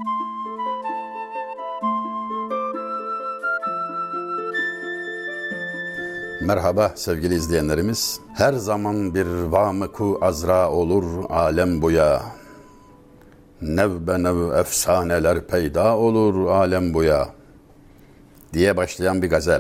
Merhaba sevgili izleyenlerimiz. Her zaman bir vamıku azra olur alem buya. Nevbe nev efsaneler peyda olur alem buya diye başlayan bir gazel.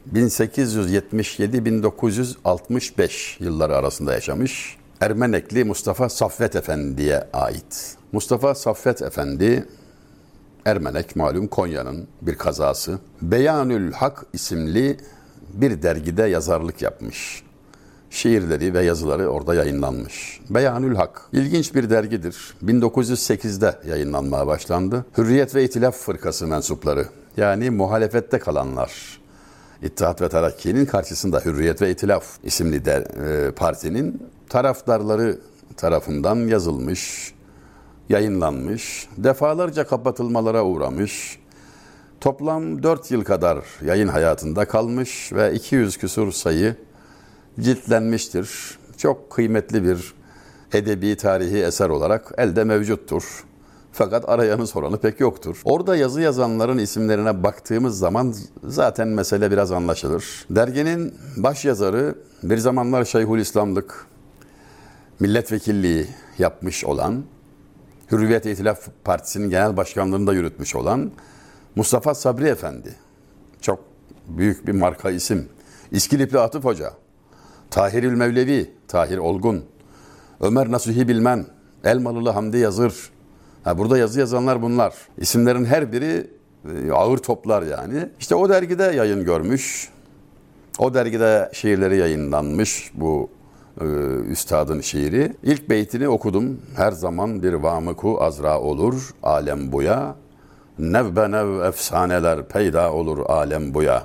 1877-1965 yılları arasında yaşamış Ermenekli Mustafa Saffet Efendi'ye ait. Mustafa Saffet Efendi, Ermenek malum Konya'nın bir kazası. Beyanül Hak isimli bir dergide yazarlık yapmış. Şiirleri ve yazıları orada yayınlanmış. Beyanül Hak ilginç bir dergidir. 1908'de yayınlanmaya başlandı. Hürriyet ve İtilaf Fırkası mensupları, yani muhalefette kalanlar, İttihat ve Terakki'nin karşısında Hürriyet ve İtilaf isimli partinin taraftarları tarafından yazılmış, yayınlanmış, defalarca kapatılmalara uğramış. Toplam 4 yıl kadar yayın hayatında kalmış ve 200 küsur sayı ciltlenmiştir. Çok kıymetli bir edebi tarihi eser olarak elde mevcuttur. Fakat arayanı soranı pek yoktur. Orada yazı yazanların isimlerine baktığımız zaman zaten mesele biraz anlaşılır. Derginin baş yazarı bir zamanlar Şeyhülislamlık, milletvekilliği yapmış olan, Hürriyet İtilaf Partisi'nin genel başkanlığını da yürütmüş olan Mustafa Sabri Efendi. Çok büyük bir marka isim. İskilipli Atıf Hoca, Tahirül Mevlevi, Tahir Olgun, Ömer Nasuhi Bilmen, Elmalılı Hamdi Yazır. Burada yazı yazanlar bunlar. İsimlerin her biri ağır toplar yani. İşte o dergide yayın görmüş. O dergide şiirleri yayınlanmış bu üstadın şiiri. İlk beytini okudum. Her zaman bir vamıku azra olur alem buya. Nevbe nev efsaneler peyda olur alem buya.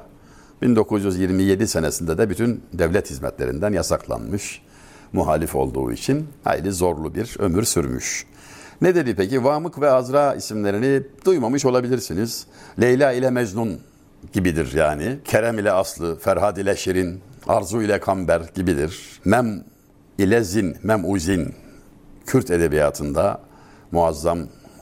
1927 senesinde de bütün devlet hizmetlerinden yasaklanmış. Muhalif olduğu için hayli zorlu bir ömür sürmüş. Ne dedi peki? Vamık ve Azra isimlerini duymamış olabilirsiniz. Leyla ile Mecnun gibidir yani. Kerem ile Aslı, Ferhad ile Şirin, Arzu ile Kamber gibidir. Mem ile Zin, Mem Uzin, Kürt edebiyatında muazzam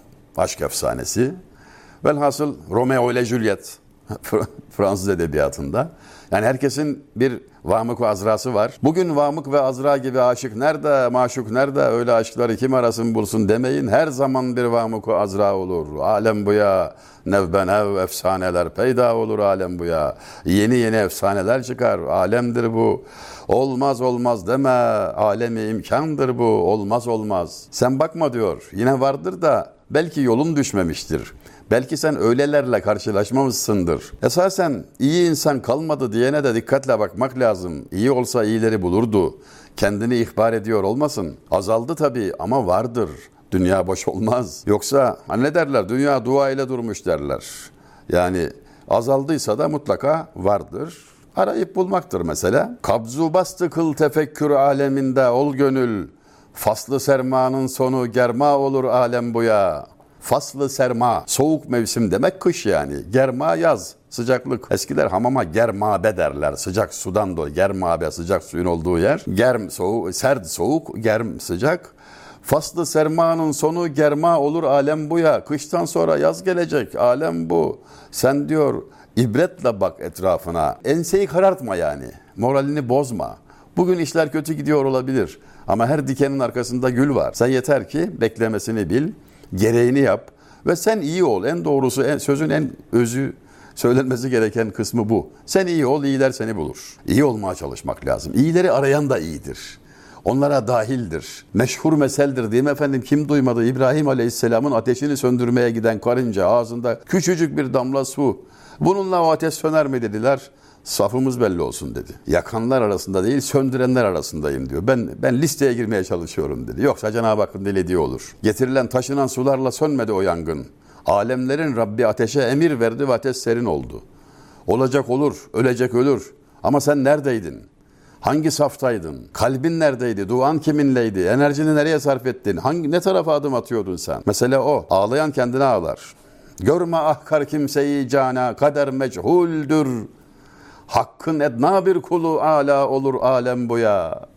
aşk efsanesi. Velhasıl Romeo ile Juliet, Fransız edebiyatında. Yani herkesin bir vamık ve azrası var. Bugün vamık ve azra gibi aşık nerede, maşuk nerede, öyle aşkları kim arasın bulsun demeyin. Her zaman bir vamık ve azra olur. Alem buya, nevbe nev efsaneler peyda olur alem buya. Yeni yeni efsaneler çıkar. Alemdir bu. Olmaz olmaz deme. Alemi imkandır bu. Olmaz olmaz. Sen bakma diyor. Yine vardır da belki yolun düşmemiştir. Belki sen öylelerle karşılaşmamışsındır. Esasen iyi insan kalmadı diyene de dikkatle bakmak lazım. İyi olsa iyileri bulurdu. Kendini ihbar ediyor olmasın. Azaldı tabii ama vardır. Dünya boş olmaz. Yoksa ne derler? Dünya dua ile durmuş derler. Yani azaldıysa da mutlaka vardır. Arayıp bulmaktır mesela. Kabzu bastı kıl tefekkür aleminde ol gönül. Faslı sermanın sonu germa olur alem buya. Faslı serma, soğuk mevsim demek kış yani. Germa yaz, sıcaklık. Eskiler hamama germabe derler. Sıcak sudan dolayı germabe, sıcak suyun olduğu yer. Germ soğuk, sert soğuk, germ sıcak. Faslı sermanın sonu germa olur alem buya. Kıştan sonra yaz gelecek alem bu. Sen diyor ibretle bak etrafına. Enseyi karartma yani. Moralini bozma. Bugün işler kötü gidiyor olabilir. Ama her dikenin arkasında gül var. Sen yeter ki beklemesini bil. Gereğini yap ve sen iyi ol. En doğrusu, sözün en özü, söylenmesi gereken kısmı bu. Sen iyi ol, iyiler seni bulur. İyi olmaya çalışmak lazım. İyileri arayan da iyidir. Onlara dahildir. Meşhur meseldir değil mi efendim? Kim duymadı? İbrahim Aleyhisselam'ın ateşini söndürmeye giden karınca ağzında küçücük bir damla su. Bununla o ateş söner mi dediler. Safımız belli olsun dedi. Yakanlar arasında değil, söndürenler arasındayım diyor. Ben listeye girmeye çalışıyorum dedi. Yoksa Cenab-ı Hakk'ın dilediği olur. Getirilen taşınan sularla sönmedi o yangın. Alemlerin Rabbi ateşe emir verdi ve ateş serin oldu. Olacak olur, ölecek ölür. Ama sen neredeydin? Hangi saftaydın? Kalbin neredeydi? Duan kiminleydi? Enerjini nereye sarf ettin? Ne tarafa adım atıyordun sen? Mesele o. Ağlayan kendine ağlar. Görme ahkar kimseyi cana, kader meçhuldür. Hakkın edna bir kulu ala olur alem buya.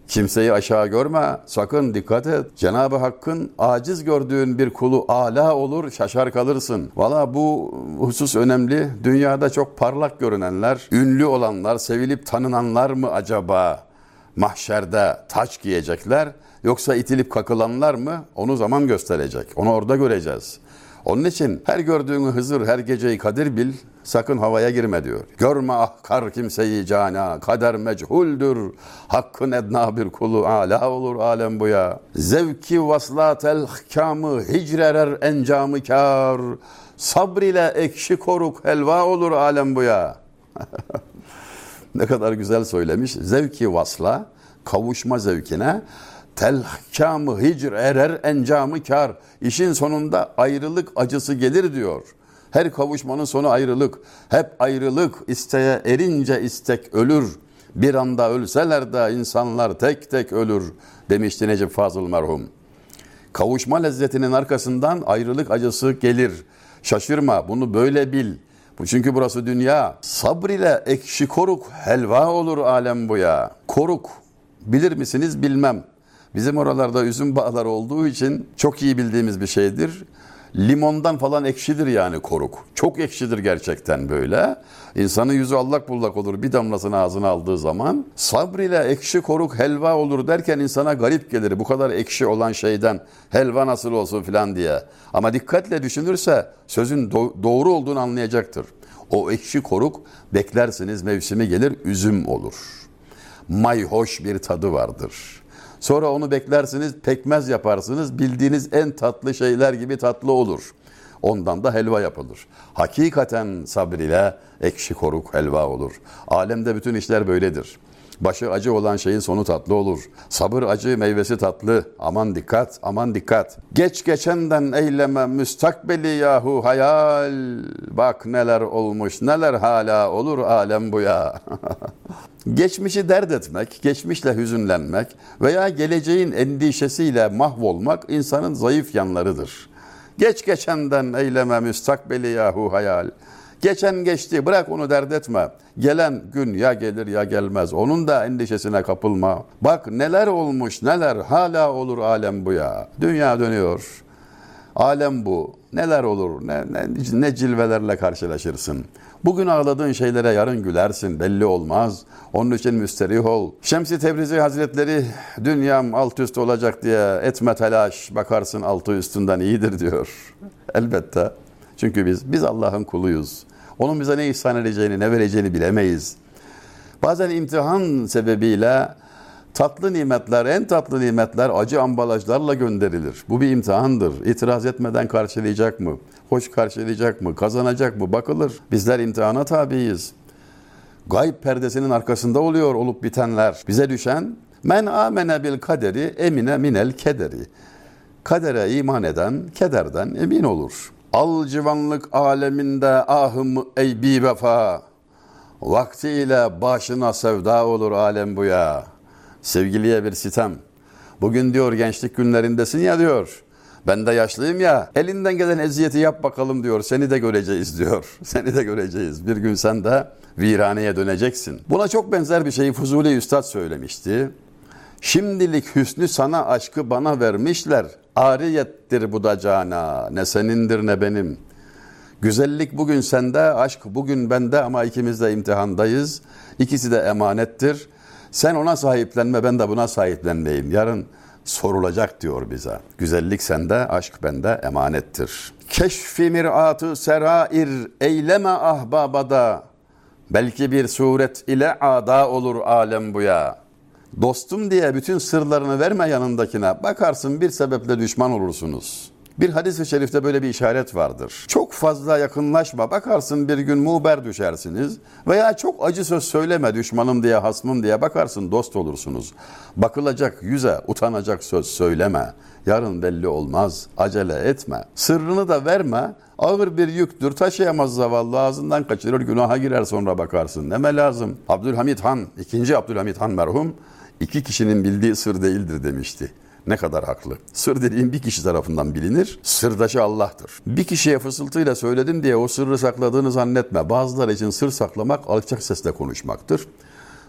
Kimseyi aşağı görme, sakın dikkat et. Cenab-ı Hakk'ın aciz gördüğün bir kulu âlâ olur, şaşar kalırsın. Valla bu husus önemli. Dünyada çok parlak görünenler, ünlü olanlar, sevilip tanınanlar mı acaba mahşerde taç giyecekler? Yoksa itilip kakılanlar mı? Onu zaman gösterecek. Onu orada göreceğiz. Onun için her gördüğünü Hızır, her geceyi Kadir bil, sakın havaya girme diyor. Görme ahkar kimseyi cana, kader meçhuldür, hakkın edna bir kulu âlâ olur alem bu ya. Zevki vaslatel hkâmı hicrerer encamı kâr, sabr ile ekşi koruk helva olur alem bu ya. Ne kadar güzel söylemiş. Zevki vasla, kavuşma zevkine, telhkâmı hicr erer encamı kâr. İşin sonunda ayrılık acısı gelir diyor. Her kavuşmanın sonu ayrılık. Hep ayrılık isteye erince istek ölür. Bir anda ölseler de insanlar tek tek ölür demişti Necip Fazıl merhum. Kavuşma lezzetinin arkasından ayrılık acısı gelir. Şaşırma, bunu böyle bil. Çünkü burası dünya. Sabr ile ekşi koruk helva olur alem bu ya. Koruk bilir misiniz bilmem. Bizim oralarda üzüm bağları olduğu için çok iyi bildiğimiz bir şeydir. Limondan falan ekşidir yani koruk. Çok ekşidir gerçekten böyle. İnsanın yüzü allak bullak olur bir damlasını ağzına aldığı zaman. Sabr ile ekşi koruk helva olur derken insana garip gelir. Bu kadar ekşi olan şeyden helva nasıl olsun filan diye. Ama dikkatle düşünürse sözün doğru olduğunu anlayacaktır. O ekşi koruk beklersiniz mevsimi gelir üzüm olur. Mayhoş bir tadı vardır. Sonra onu beklersiniz, pekmez yaparsınız. Bildiğiniz en tatlı şeyler gibi tatlı olur. Ondan da helva yapılır. Hakikaten sabır ile ekşi koruk helva olur. Alemde bütün işler böyledir. Başı acı olan şeyin sonu tatlı olur. Sabır acı, meyvesi tatlı. Aman dikkat, aman dikkat. Geç geçenden eyleme müstakbeli yahu hayal. Bak neler olmuş, neler hala olur alem bu ya. Geçmişi dert etmek, geçmişle hüzünlenmek veya geleceğin endişesiyle mahvolmak insanın zayıf yanlarıdır. Geç geçenden eyleme müstakbeli yahu hayal. Geçen geçti, bırak onu dert etme. Gelen gün ya gelir ya gelmez. Onun da endişesine kapılma. Bak neler olmuş, neler hala olur alem bu ya. Dünya dönüyor. Alem bu. Neler olur, ne cilvelerle karşılaşırsın. Bugün ağladığın şeylere yarın gülersin, belli olmaz. Onun için müsterih ol. Şems-i Tebrizi Hazretleri, dünyam alt üst olacak diye etme telaş, bakarsın altı üstünden iyidir diyor. Elbette. Çünkü biz Allah'ın kuluyuz. Onun bize ne ihsan edeceğini, ne vereceğini bilemeyiz. Bazen imtihan sebebiyle tatlı nimetler, en tatlı nimetler acı ambalajlarla gönderilir. Bu bir imtihandır. İtiraz etmeden karşılayacak mı? Hoş karşılayacak mı? Kazanacak mı? Bakılır. Bizler imtihana tabiiz. Gayb perdesinin arkasında oluyor olup bitenler. Bize düşen men amene bil kaderi emine minel kederi. Kadere iman eden kederden emin olur. Al civanlık aleminde ahım ey bi vefa. Vaktiyle başına sevda olur alem bu ya. Sevgiliye bir sitem. Bugün diyor gençlik günlerindesin ya diyor. Ben de yaşlıyım ya. Elinden gelen eziyeti yap bakalım diyor. Seni de göreceğiz diyor. Seni de göreceğiz. Bir gün sen de viraneye döneceksin. Buna çok benzer bir şeyi Fuzuli Üstad söylemişti. Şimdilik hüsnü sana aşkı bana vermişler. Ariyettir bu da cana. Ne senindir ne benim. Güzellik bugün sende, aşk bugün bende ama ikimiz de imtihandayız. İkisi de emanettir. Sen ona sahiplenme, ben de buna sahiplenmeyeyim. Yarın sorulacak diyor bize. Güzellik sende, aşk bende, emanettir. Keşfi mir'atı serair eyleme ahbabada. Belki bir suret ile ada olur alem bu ya. Dostum diye bütün sırlarını verme yanındakine. Bakarsın bir sebeple düşman olursunuz. Bir hadis-i şerifte böyle bir işaret vardır. Çok fazla yakınlaşma, bakarsın bir gün muber düşersiniz. Veya çok acı söz söyleme düşmanım diye, hasmım diye, bakarsın dost olursunuz. Bakılacak yüze, utanacak söz söyleme. Yarın belli olmaz, acele etme. Sırrını da verme, ağır bir yüktür, taşıyamaz zavallı, ağzından kaçırır, günaha girer sonra bakarsın. Neme lazım? Abdülhamid Han, 2. Abdülhamid Han merhum, 2 kişinin bildiği sır değildir demişti. Ne kadar haklı. Sır dediğim bir kişi tarafından bilinir. Sırdaşı Allah'tır. Bir kişiye fısıltıyla söyledim diye o sırrı sakladığını zannetme. Bazıları için sır saklamak alçak sesle konuşmaktır.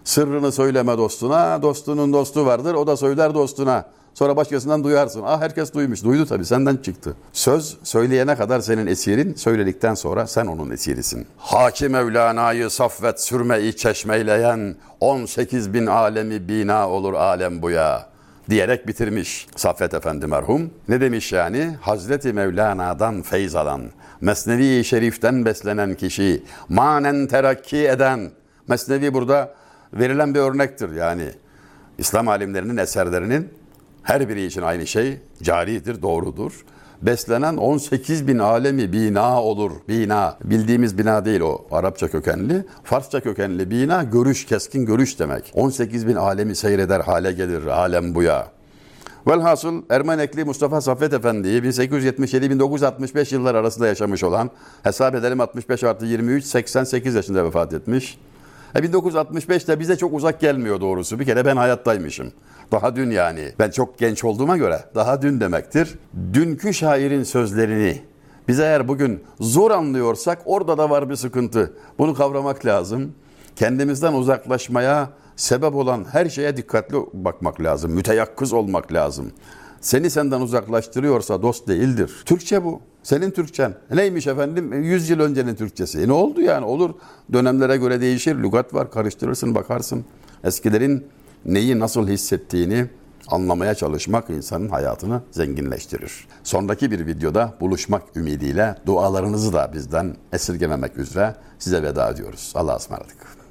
Sırrını söyleme dostuna, dostunun dostu vardır, o da söyler dostuna. Sonra başkasından duyarsın. Ah, herkes duymuş. Duydu tabii, senden çıktı. Söz söyleyene kadar senin esirin, söyledikten sonra sen onun esirisin. Haki Mevlana'yı saffet sürme-i çeşmeyleyen 18 bin alemi bina olur alem buya diyerek bitirmiş Saffet Efendi merhum. Ne demiş yani? Hazreti Mevlana'dan feyz alan, Mesnevi-i Şerif'ten beslenen kişi, manen terakki eden, Mesnevi burada verilen bir örnektir yani. İslam alimlerinin eserlerinin her biri için aynı şey caridir, doğrudur. Beslenen 18 bin alemi bina olur. Bina, bildiğimiz bina değil o, Arapça kökenli. Farsça kökenli bina, görüş, keskin görüş demek. 18 bin alemi seyreder hale gelir, alem buya. Velhasıl Ermenekli Mustafa Saffet Efendi'yi 1877-1965 yıllar arasında yaşamış olan, hesap edelim 65 artı 23, 88 yaşında vefat etmiş. 1965'te bize çok uzak gelmiyor doğrusu. Bir kere ben hayattaymışım. Daha dün yani. Ben çok genç olduğuma göre daha dün demektir. Dünkü şairin sözlerini biz eğer bugün zor anlıyorsak orada da var bir sıkıntı. Bunu kavramak lazım. Kendimizden uzaklaşmaya sebep olan her şeye dikkatli bakmak lazım. Müteyakkız olmak lazım. Seni senden uzaklaştırıyorsa dost değildir. Türkçe bu. Senin Türkçen. Neymiş efendim? 100 yıl öncenin Türkçesi. Ne oldu yani? Olur. Dönemlere göre değişir. Lügat var. Karıştırırsın, bakarsın. Eskilerin neyi nasıl hissettiğini anlamaya çalışmak insanın hayatını zenginleştirir. Sonraki bir videoda buluşmak ümidiyle dualarınızı da bizden esirgememek üzere size veda ediyoruz. Allah'a ısmarladık.